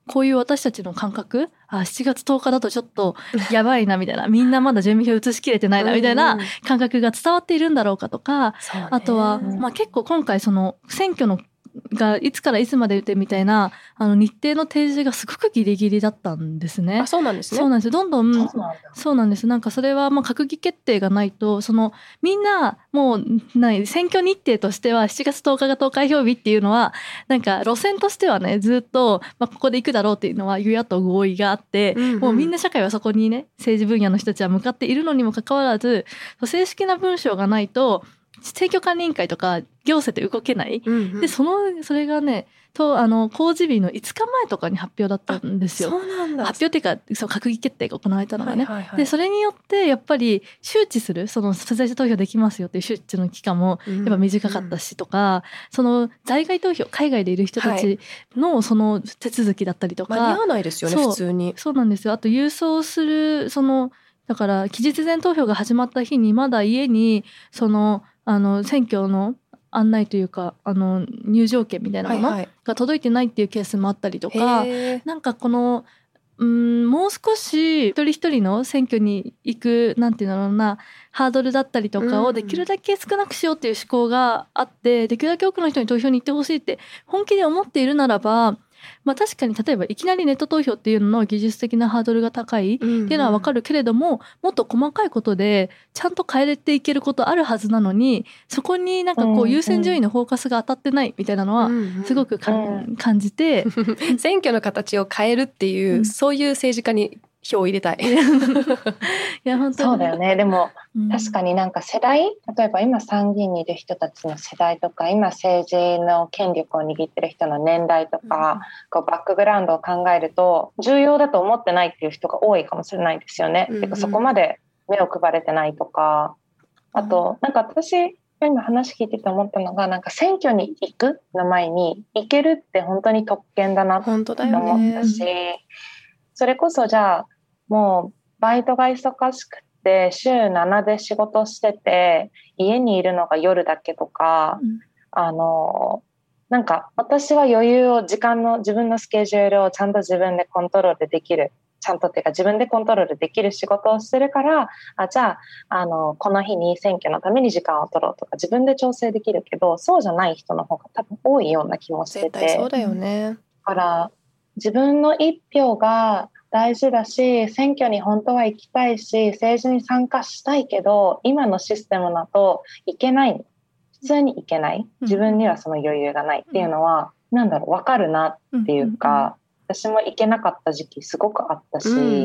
こういう私たちの感覚、あしちがつとおかだとちょっとやばいなみたいなみんなまだ準備表移しきれてないなみたいな感覚が伝わっているんだろうかとか、うんうん、あとは、まあ、結構今回その選挙のがいつからいつまででみたいなあの日程の提示がすごくギリギリだったんですね。 あ、そうなんですね。 そうなんですよ。どんどんそうなんそうなんです。なんかそれはまあ閣議決定がないとそのみんなもうない選挙日程としてはしちがつとおかが投開票日っていうのはなんか路線としてはねずっとまあここで行くだろうっていうのは与野党合意があって、うんうん、もうみんな社会はそこにね政治分野の人たちは向かっているのにもかかわらず正式な文章がないと選挙管理委員会とか行政で動けない、うんうん、でそのそれがねとあの公示日のいつかまえとかに発表だったんですよ。 そうなんだ。 発表っていうかその閣議決定が行われたのがね、 はいはいはい、 でそれによってやっぱり周知するその不在者投票できますよっていう周知の期間もやっぱ短かったしとか、うんうん、その在外投票海外でいる人たちのその手続きだったりとか、 間に合わないですよね普通に。 そうなんですよ。あと郵送するそのだから期日前投票が始まった日にまだ家にそのあの選挙の案内というかあの入場券みたいなものが届いてないっていうケースもあったりとか、はいはい、なんかこのうんもう少し一人一人の選挙に行くなんていうんだろうなハードルだったりとかをできるだけ少なくしようっていう思考があって、うん、できるだけ多くの人に投票に行ってほしいって本気で思っているならばまあ、確かに例えばいきなりネット投票っていうのの技術的なハードルが高いっていうのは分かるけれども、うんうん、もっと細かいことでちゃんと変えれていけることあるはずなのにそこになんかこう優先順位のフォーカスが当たってないみたいなのはすごくか、うんうん、感じて選挙の形を変えるっていう、うん、そういう政治家に票を入れたいいや本当にそうだよね。でも、うん、確かになんか世代例えば今参議院にいる人たちの世代とか今政治の権力を握ってる人の年代とか、うん、こうバックグラウンドを考えると重要だと思ってないっていう人が多いかもしれないですよね、うん、てかそこまで目を配れてないとか、あとなんか私今話聞いてて思ったのがなんか選挙に行くの前に行けるって本当に特権だなと思ったし、それこそじゃあもうバイトが忙しくて週ななで仕事してて家にいるのが夜だけとか、うん、あのなんか私は余裕を時間の自分のスケジュールをちゃんと自分でコントロールできるちゃんとっていうか自分でコントロールできる仕事をしてるからあじゃあ、あのこの日に選挙のために時間を取ろうとか自分で調整できるけどそうじゃない人の方が多分多いような気もしてて、 絶対そうだよね。 だから自分の一票が大事だし選挙に本当は行きたいし政治に参加したいけど今のシステムだといけない普通に行けない自分にはその余裕がないっていうのは、うん、なんだろう分かるなっていうか、うんうん、私も行けなかった時期すごくあったし、うんうん、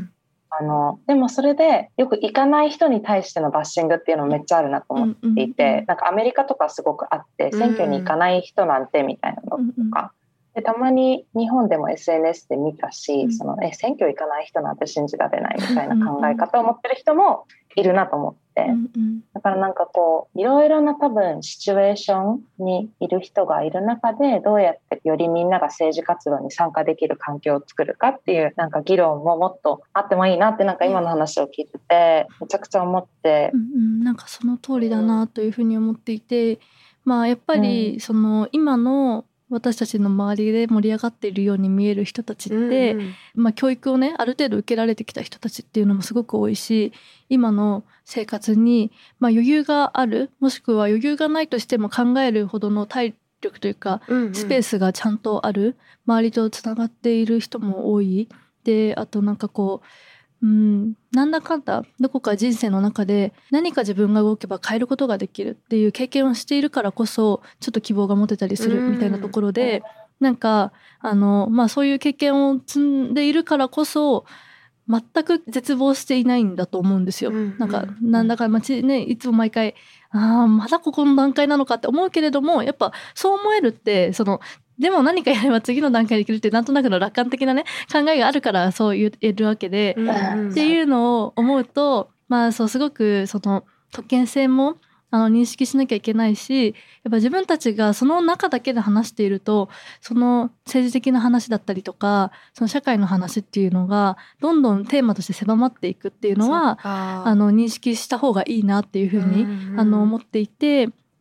あのでもそれでよく行かない人に対してのバッシングっていうのめっちゃあるなと思っていて、うんうん、なんかアメリカとかすごくあって選挙に行かない人なんてみたいなのとか、うんうんでたまに日本でも エスエヌエス で見たし、うん、そのえ選挙行かない人なんて信じられないみたいな考え方を持ってる人もいるなと思って、うんうん、だからなんかこういろいろな多分シチュエーションにいる人がいる中でどうやってよりみんなが政治活動に参加できる環境を作るかっていうなんか議論ももっとあってもいいなってなんか今の話を聞いててめちゃくちゃ思って、 うんうん、なんかその通りだなというふうに思っていて、まあやっぱりその今の私たちの周りで盛り上がっているように見える人たちって、うんうんまあ、教育をねある程度受けられてきた人たちっていうのもすごく多いし今の生活に、まあ、余裕があるもしくは余裕がないとしても考えるほどの体力というか、うんうん、スペースがちゃんとある周りとつながっている人も多いであとなんかこううん、なんだかんだどこか人生の中で何か自分が動けば変えることができるっていう経験をしているからこそちょっと希望が持てたりするみたいなところで、うん、なんかあの、まあ、そういう経験を積んでいるからこそ全く絶望していないんだと思うんですよ、うん、なんかなんだか、まあね、いつも毎回あまだここの段階なのかって思うけれどもやっぱそう思えるってそのでも何かやれば次の段階できるってなんとなくの楽観的なね考えがあるからそう言えるわけで、うんうん、っていうのを思うとまあそうすごくその特権性もあの認識しなきゃいけないしやっぱ自分たちがその中だけで話しているとその政治的な話だったりとかその社会の話っていうのがどんどんテーマとして狭まっていくっていうのはあの認識した方がいいなっていうふうに、うんうん、あの思っていて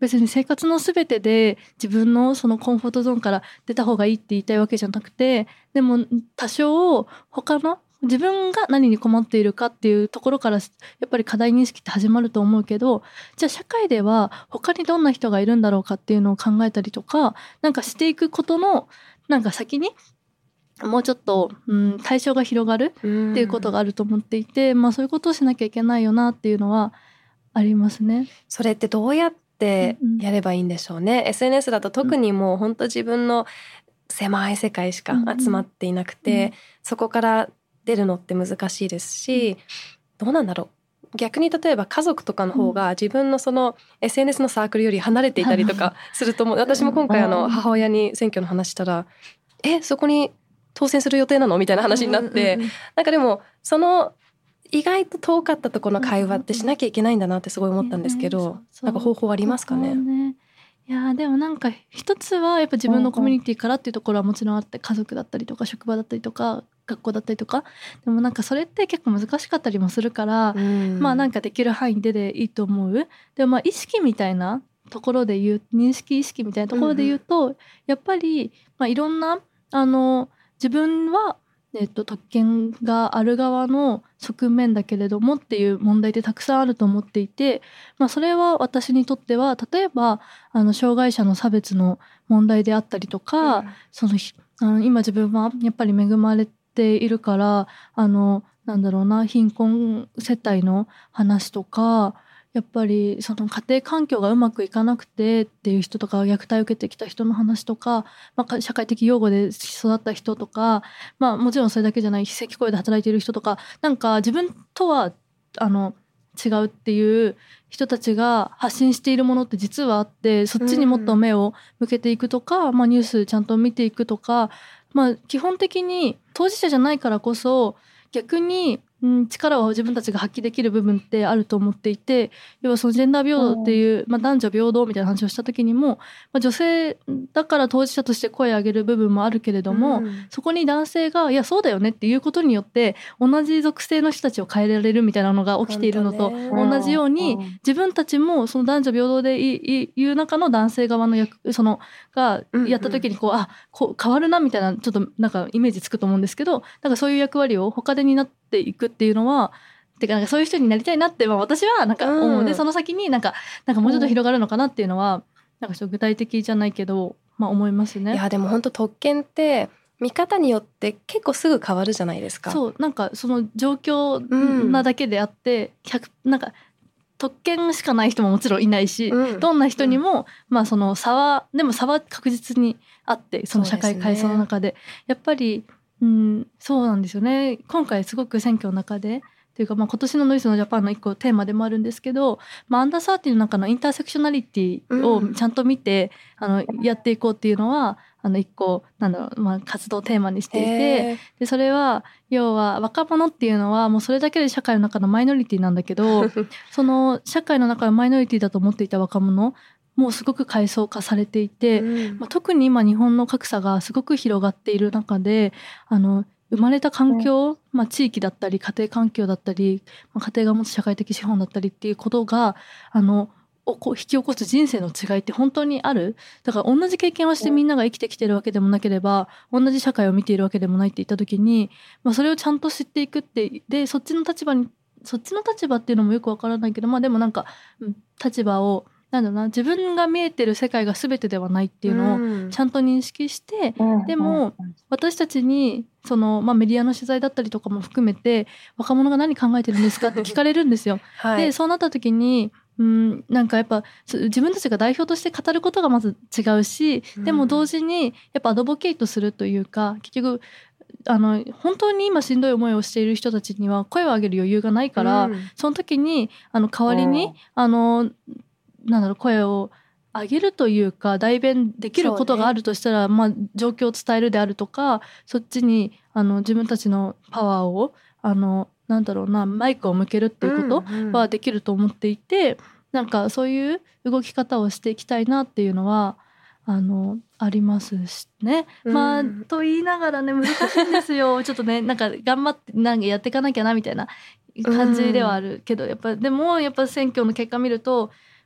別に生活の全てで自分のそのコンフォートゾーンから出た方がいいって言いたいわけじゃなくて、でも多少他の自分が何に困っているかっていうところからやっぱり課題認識って始まると思うけど、じゃあ社会では他にどんな人がいるんだろうかっていうのを考えたりとか、なんかしていくことのなんか先にもうちょっと、うん、対象が広がるっていうことがあると思っていて、まあそういうことをしなきゃいけないよなっていうのはありますね。 それってどうやってやればいいんでしょうね、うんうん、エスエヌエス だと特にもう本当自分の狭い世界しか集まっていなくて、うんうん、そこから出るのって難しいですし、どうなんだろう、逆に例えば家族とかの方が自分のその エスエヌエス のサークルより離れていたりとかすると思う。私も今回あの母親に選挙の話したら、えそこに当選する予定なのみたいな話になって、なんかでもその意外と遠かったところの会話ってしなきゃいけないんだなってすごい思ったんですけど、なんか方法ありますかね。 いやでもなんか一つはやっぱ自分のコミュニティからっていうところはもちろんあって、家族だったりとか職場だったりとか学校だったりとか、でもなんかそれって結構難しかったりもするから、うん、まあなんかできる範囲ででいいと思う。でもまあ意識みたいなところで言う、認識意識みたいなところで言うと、うん、やっぱりまあいろんなあの自分はえっと、特権がある側の側面だけれどもっていう問題ってたくさんあると思っていて、まあ、それは私にとっては例えばあの障害者の差別の問題であったりとか、うん、そのあの今自分はやっぱり恵まれているからあのなんだろうな貧困世帯の話とか、やっぱりその家庭環境がうまくいかなくてっていう人とか、虐待を受けてきた人の話とか、まあ、社会的養護で育った人とか、まあ、もちろんそれだけじゃない非正規雇用で働いている人とか、なんか自分とはあの違うっていう人たちが発信しているものって実はあって、そっちにもっと目を向けていくとか、まあ、ニュースちゃんと見ていくとか、まあ、基本的に当事者じゃないからこそ逆に力を自分たちが発揮できる部分ってあると思っていて、要はそのジェンダー平等っていう、まあ、男女平等みたいな話をした時にも、まあ、女性だから当事者として声を上げる部分もあるけれども、うん、そこに男性がいやそうだよねっていうことによって同じ属性の人たちを変えられるみたいなのが起きているのと同じように、自分たちもその男女平等でいう中の男性側の役そのがやった時にこう、うんうん、あこう変わるなみたいなちょっとなんかイメージつくと思うんですけど、なんかそういう役割を他で担っていくっていうのはてかなんかそういう人になりたいなって、まあ、私はなんか思う、うん、でその先になんかなんかもうちょっと広がるのかなっていうのは、うん、なんかちょっと具体的じゃないけど、まあ、思いますね。 いやでも本当特権って見方によって結構すぐ変わるじゃないですか。 そうなんかその状況なだけであって、うん、なんか特権しかない人ももちろんいないし、うん、どんな人にも、うん、まあその差はでも差は確実にあって、その社会階層の中で、で、ね、やっぱりうん、そうなんですよね。今回すごく選挙の中でというか、まあ、今年のノイズのジャパンの一個テーマでもあるんですけど、まあ、アンダーサーティの中のインターセクショナリティをちゃんと見て、うん、あのやっていこうっていうのはあの一個なんだろう、まあ、活動テーマにしていて、でそれは要は若者っていうのはもうそれだけで社会の中のマイノリティなんだけどその社会の中のマイノリティだと思っていた若者もうすごく階層化されていて、うんまあ、特に今日本の格差がすごく広がっている中で、あの生まれた環境、うんまあ、地域だったり家庭環境だったり、まあ、家庭が持つ社会的資本だったりっていうことがあの引き起こす人生の違いって本当にある。だから同じ経験をしてみんなが生きてきてるわけでもなければ同じ社会を見ているわけでもないって言った時に、まあ、それをちゃんと知っていくってでそっちの立場にそっちの立場っていうのもよくわからないけど、まあでもなんか、うん、立場をなんだろうな、自分が見えてる世界が全てではないっていうのをちゃんと認識して、うん、でも私たちにその、まあ、メディアの取材だったりとかも含めて若者が何考えてるんですかって聞かれるんですよ。はい、でそうなった時にうん、なんかやっぱ自分たちが代表として語ることがまず違うし、でも同時にやっぱアドボケイトするというか、結局あの本当に今しんどい思いをしている人たちには声を上げる余裕がないから、うん、その時にあの代わりに、うん、あのなんだろう声を上げるというか代弁できることがあるとしたら、ねまあ、状況を伝えるであるとか、そっちにあの自分たちのパワーをあのなんだろうなマイクを向けるっていうことはできると思っていて、うんうん、なんかそういう動き方をしていきたいなっていうのはあのありますしね、うん、まあと言いながらね難しいんですよちょっとねなんか頑張ってなんかやっていかなきゃなみたいな感じではあるけど、うん、やっぱでもやっぱ選挙の結果見ると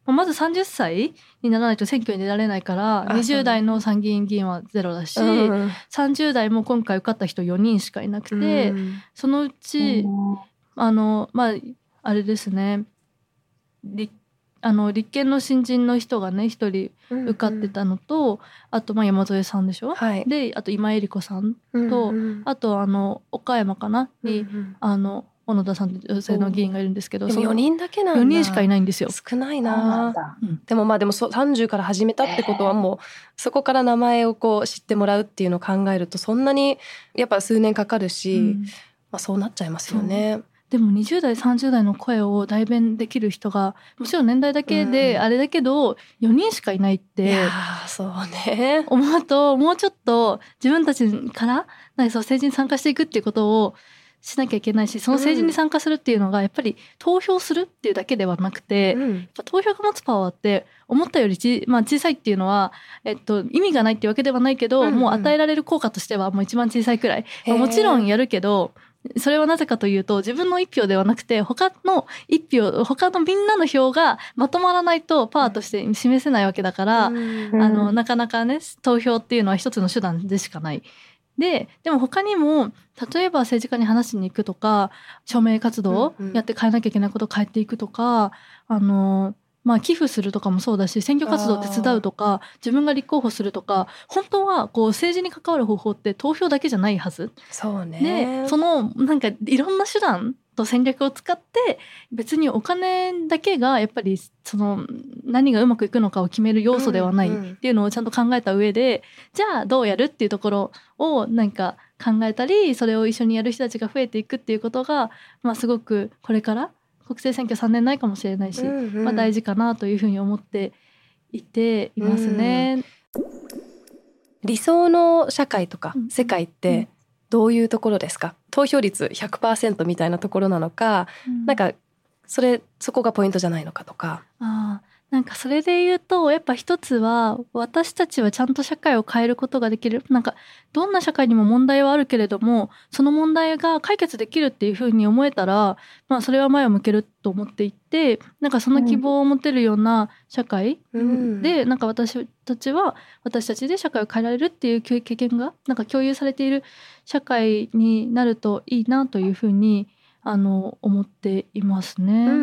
まずさんじゅっさいにならないと選挙に出られないからにじゅう代の参議院議員はゼロだし、うん、さんじゅう代も今回受かった人よにんしかいなくて、うん、そのうち、うん、あのまああれですね立あの立憲の新人の人がね一人受かってたのと、うんうん、あとまあ山添さんでしょ、はい、であと今江里子さんと、うんうん、あとあの岡山かなに、うんうん、あの小野田さんという女性の議員がいるんですけど、 でもよにんだけなんだ。 よにんしかいないんですよ。 少ないな、うん、でもまあでもさんじゅうから始めたってことはもうそこから名前をこう知ってもらうっていうのを考えるとそんなにやっぱ数年かかるし、うん、まあ、そうなっちゃいますよね。 でもにじゅう代さんじゅう代の声を代弁できる人がもちろん年代だけであれだけど、うん、よにんしかいないっていやそうね思うともうちょっと自分たちからなんかそう政治に参加していくっていうことをしなきゃいけないし、その政治に参加するっていうのがやっぱり投票するっていうだけではなくて、うん、投票が持つパワーって思ったよりち、まあ、小さいっていうのは、えっと、意味がないっていうわけではないけど、うんうん、もう与えられる効果としてはもう一番小さいくらい、まあ、もちろんやるけどそれはなぜかというと自分の一票ではなくて他の一票他のみんなの票がまとまらないとパワーとして示せないわけだから、うん、あのなかなかね投票っていうのは一つの手段でしかない。で、でも他にも例えば政治家に話しに行くとか署名活動をやって変えなきゃいけないことを変えていくとか、うんうん、あのまあ寄付するとかもそうだし選挙活動を手伝うとか自分が立候補するとか本当はこう政治に関わる方法って投票だけじゃないはず。 そうね。 でそのなんかいろんな手段と戦略を使って別にお金だけがやっぱりその何がうまくいくのかを決める要素ではないっていうのをちゃんと考えた上で、うんうん、じゃあどうやるっていうところをなんか考えたりそれを一緒にやる人たちが増えていくっていうことが、まあ、すごくこれから国政選挙さんねんないかもしれないし、うんうん、まあ、大事かなというふうに思っていていますね、 うん、理想の社会とか世界ってどういうところですか？投票率 ひゃくパーセント みたいなところなのか、うん、なんかそれそこがポイントじゃないのかとか。 あなんかそれで言うとやっぱ一つは私たちはちゃんと社会を変えることができる。なんかどんな社会にも問題はあるけれどもその問題が解決できるっていうふうに思えたら、まあ、それは前を向けると思っていてなんかその希望を持てるような社会、うん、でなんか私たちは私たちで社会を変えられるっていう経験がなんか共有されている社会になるといいなというふうにあの思っていますね、うんうんうん、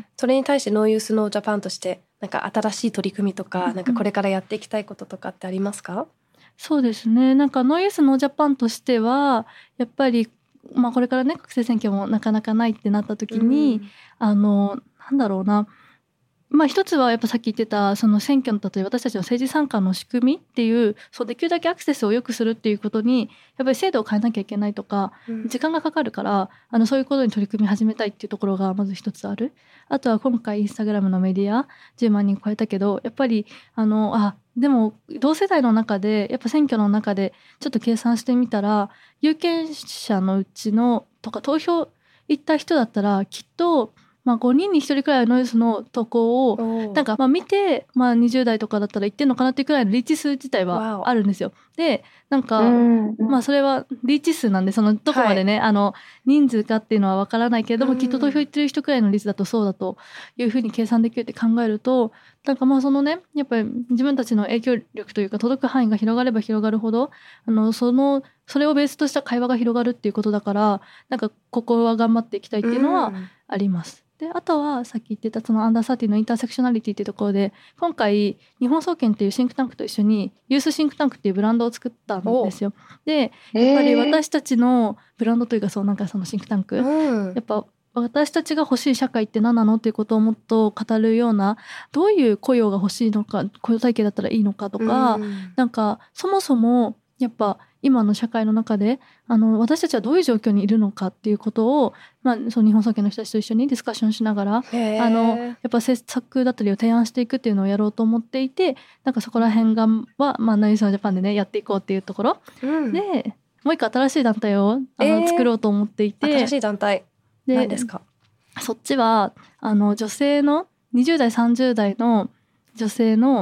それに対してノーユースノージャパンとしてなんか新しい取り組みとか、うんうん、なんかこれからやっていきたいこととかってありますか？ そうですねなんかノーユースノージャパンとしてはやっぱり、まあ、これからね国政選挙もなかなかないってなった時に、うん、あのなんだろうなまあ、一つはやっぱさっき言ってたその選挙の例えば私たちの政治参加の仕組みっていうそうできるだけアクセスを良くするっていうことにやっぱり制度を変えなきゃいけないとか、うん、時間がかかるからあのそういうことに取り組み始めたいっていうところがまず一つある。あとは今回インスタグラムのメディアじゅうまんにん超えたけどやっぱりあのあでも同世代の中でやっぱ選挙の中でちょっと計算してみたら有権者のうちのとか投票行った人だったらきっとまあ、ごにんにひとりくらいのノイズの投稿をなんかまあ見て、まあ、にじゅう代とかだったら言ってんのかなっていうくらいのリーチ数自体はあるんですよ。でなんか、うんまあ、それはリーチ数なんでそのどこまでね、はい、あの人数かっていうのは分からないけれども、うん、きっと投票行ってる人くらいの率だとそうだというふうに計算できるって考えるとなんかまあそのねやっぱり自分たちの影響力というか届く範囲が広がれば広がるほどあのそのそれをベースとした会話が広がるっていうことだからなんかここは頑張っていきたいっていうのはあります。うんであとはさっき言ってたそのアンダーサーティのインターセクショナリティっていうところで今回日本総研っていうシンクタンクと一緒にユースシンクタンクっていうブランドを作ったんですよ。でやっぱり私たちのブランドというかそうなんかそのシンクタンク、うん、やっぱ私たちが欲しい社会って何なのっていうことをもっと語るようなどういう雇用が欲しいのか雇用体系だったらいいのかとか、うん、なんかそもそもやっぱ今の社会の中であの私たちはどういう状況にいるのかっていうことを、まあ、その日本総研の人たちと一緒にディスカッションしながらあのやっぱ政策だったりを提案していくっていうのをやろうと思っていてなんかそこら辺が、まあ、ノイズノージャパンでねやっていこうっていうところ、うん、でもう一個新しい団体をあの、えー、作ろうと思っていて新しい団体で何ですか？ そっちはあの女性のにじゅう代さんじゅう代の女性の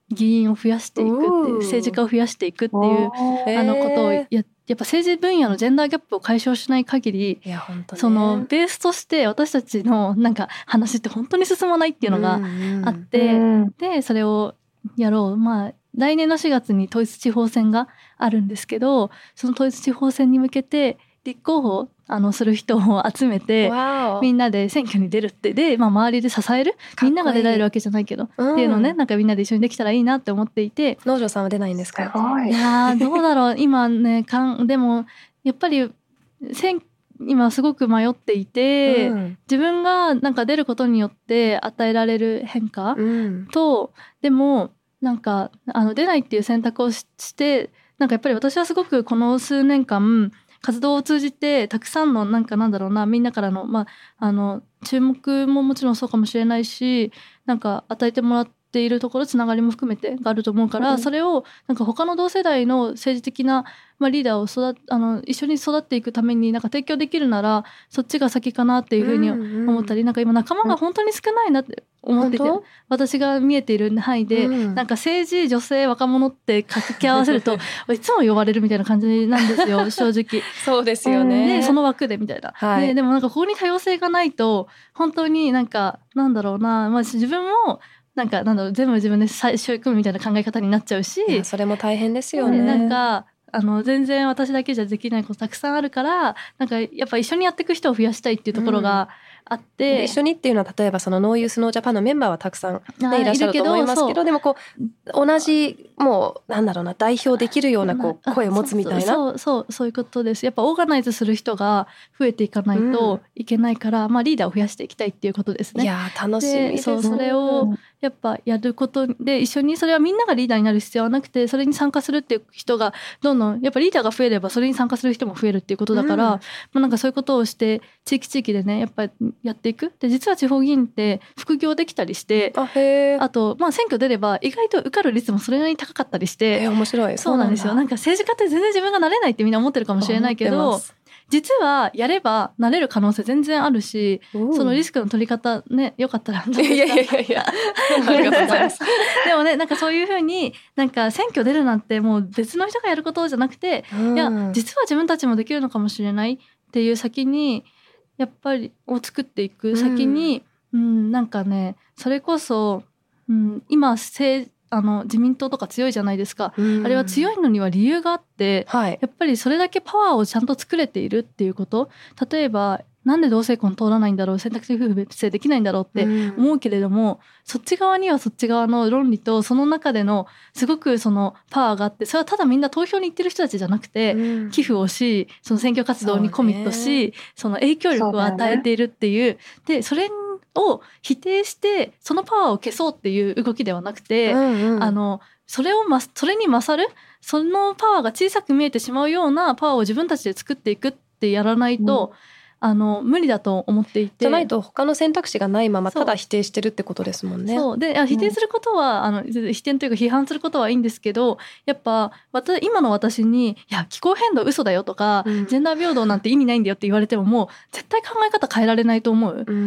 議員を増やしていくっていう政治家を増やしていくっていうあのことを や, やっぱ政治分野のジェンダーギャップを解消しない限り、 いや本当ね、 そのベースとして私たちのなんか話って本当に進まないっていうのがあって、うんうん、でそれをやろう、まあ来年のしがつに統一地方選があるんですけど、その統一地方選に向けて立候補あのする人を集めてみんなで選挙に出るってで、まあ、周りで支える、みんなが出られるわけじゃないけど、うん、っていうのをね、なんかみんなで一緒にできたらいいなって思っていて。 農場さんは出ないんですか？ いやどうだろう今ねかんでもやっぱり選今すごく迷っていて、うん、自分がなんか出ることによって与えられる変化、うん、とでもなんかあの出ないっていう選択を し, してなんかやっぱり私はすごくこの数年間活動を通じてたくさんのなんかなんだろうなみんなからの、まあ、あの注目ももちろんそうかもしれないし、なんか与えてもらっているところつながりも含めてがあると思うから、うん、それをなんか他の同世代の政治的な、まあ、リーダーを育あの一緒に育っていくためになんか提供できるならそっちが先かなっていうふうに思ったり、うんうん、なんか今仲間が本当に少ないなって思ってて、うん、私が見えている範囲で、うん、なんか政治女性若者って掛け合わせるといつも呼ばれるみたいな感じなんですよ正直。 そうですよね。 でその枠でみたいな、はい、で, でもなんかここに多様性がないと本当になんかなんだろうな、まあ、自分もなんかなんだろう全部自分で最初組むみたいな考え方になっちゃうし、 それも大変ですよね。 なんかあの全然私だけじゃできないことたくさんあるから、なんかやっぱ一緒にやっていく人を増やしたいっていうところがあって、 うん、一緒にっていうのは例えばそのノーユースノージャパンのメンバーはたくさん、ね、いらっしゃると思いますけど、でもこう同じもうなんだろうな代表できるようなこう声を持つみたいな、 そうそうそうそういうことです。やっぱオーガナイズする人が増えていかないといけないから、うん、まあリーダーを増やしていきたいっていうことですね。 いや楽しみです。 そうそれをやっぱやることで一緒に、それはみんながリーダーになる必要はなくて、それに参加するっていう人がどんどんやっぱリーダーが増えればそれに参加する人も増えるっていうことだから、うん、まあ、なんかそういうことをして地域地域でねやっぱりやっていく。で実は地方議員って副業できたりして、 あ, へあと、まあ、選挙出れば意外と受かる率もそれなりに高かったりして、 え面白い。 そうなんですよ。なんか政治家って全然自分がなれないってみんな思ってるかもしれないけど、実はやればなれる可能性全然あるし、そのリスクの取り方ねよかったら。いやいやいやいやありがとうございます。 でもねなんかそういう風になんか選挙出るなんてもう別の人がやることじゃなくて、いや実は自分たちもできるのかもしれないっていう先にやっぱりを作っていく先に、うん、うん、なんかねそれこそ、うん、今政あの自民党とか強いじゃないですか、うん、あれは強いのには理由があって、はい、やっぱりそれだけパワーをちゃんと作れているっていうこと。例えばなんで同性婚通らないんだろう、選択的夫婦別姓できないんだろうって思うけれども、うん、そっち側にはそっち側の論理とその中でのすごくそのパワーがあって、それはただみんな投票に行ってる人たちじゃなくて、うん、寄付をしその選挙活動にコミットし そ,、その影響力を与えているっていう、ね、でそれを否定してそのパワーを消そうっていう動きではなくて、うんうん、あのそれをそれに勝るそのパワーが小さく見えてしまうようなパワーを自分たちで作っていくってやらないと、うん、あの無理だと思っていて、 じゃないと他の選択肢がないままただ否定してるってことですもんね。 そうで否定することは、うん、あの否定というか批判することはいいんですけど、やっぱ今の私にいや気候変動嘘だよとか、うん、ジェンダー平等なんて意味ないんだよって言われてももう絶対考え方変えられないと思う、うん、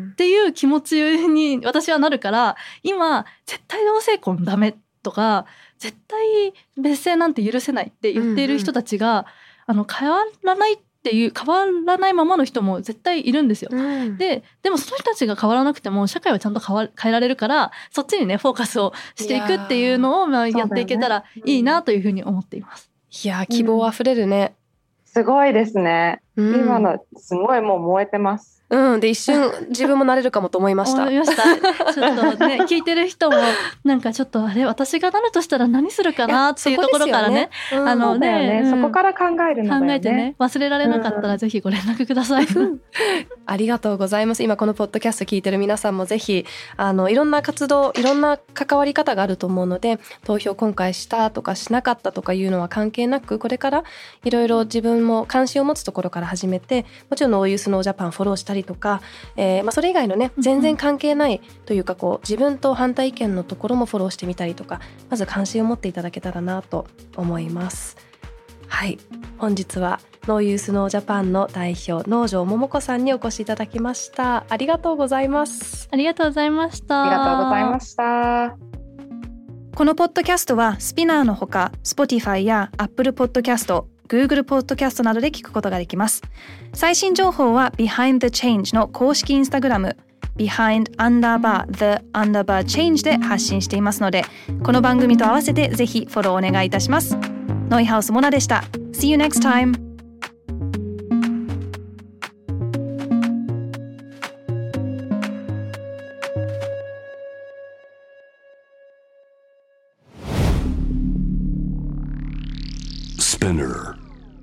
っていう気持ちに私はなるから、今絶対同性婚ダメとか絶対別姓なんて許せないって言っている人たちが、うんうん、あの変わらないっていう変わらないままの人も絶対いるんですよ、うん、で, でもその人たちが変わらなくても社会はちゃんと変わ変えられるから、そっちにねフォーカスをしていくっていうのをまあやっていけたらいいなというふうに思っています。 いや希望あふれるね、 うん、すごいですね、うん、今のすごいもう燃えてます。 うん、で一瞬自分もなれるかもと思いました。 思いました。ちょっとね聞いてる人もなんかちょっとあれ私がなるとしたら何するかなっていうところからね、 うん、あのね、うん、そこから考えるのだよね。 考えてね忘れられなかったらぜひご連絡ください。うん、 ありがとうございます。今このポッドキャスト聞いてる皆さんもぜひあのいろんな活動いろんな関わり方があると思うので、投票今回したとかしなかったとかいうのは関係なく、これからいろいろ自分も関心を持つところから始めて、もちろんノーユースノージャパンフォローしたりとか、えーまあ、それ以外のね全然関係ないというか、こう自分と反対意見のところもフォローしてみたりとか、まず関心を持っていただけたらなと思います。はい、本日はノーユースノージャパンの代表能條桃子さんにお越しいただきました。ありがとうございます。 ありがとうございました。 ありがとうございました。 このポッドキャストはスピナーのほか Spotify や Apple Podcast、Google Podcast などで聞くことができます。最新情報は Behind the Change の公式インスタグラム Behind underbar the underbar change で発信していますので、この番組と合わせてぜひフォローお願いいたします。ノイハウスモナでした。See you next time! Spinner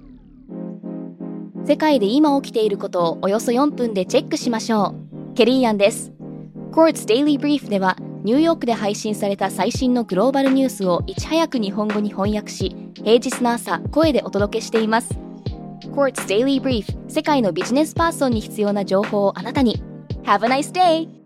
世界で今起きていることをおよそよんぷんでチェックしましょう。ケリーアンです。Quartz Daily Brief ではニューヨークで配信された最新のグローバルニュースをいち早く日本語に翻訳し、平日の朝声でお届けしています。Quartz Daily Brief、世界のビジネスパーソンに必要な情報をあなたに。Have a nice day!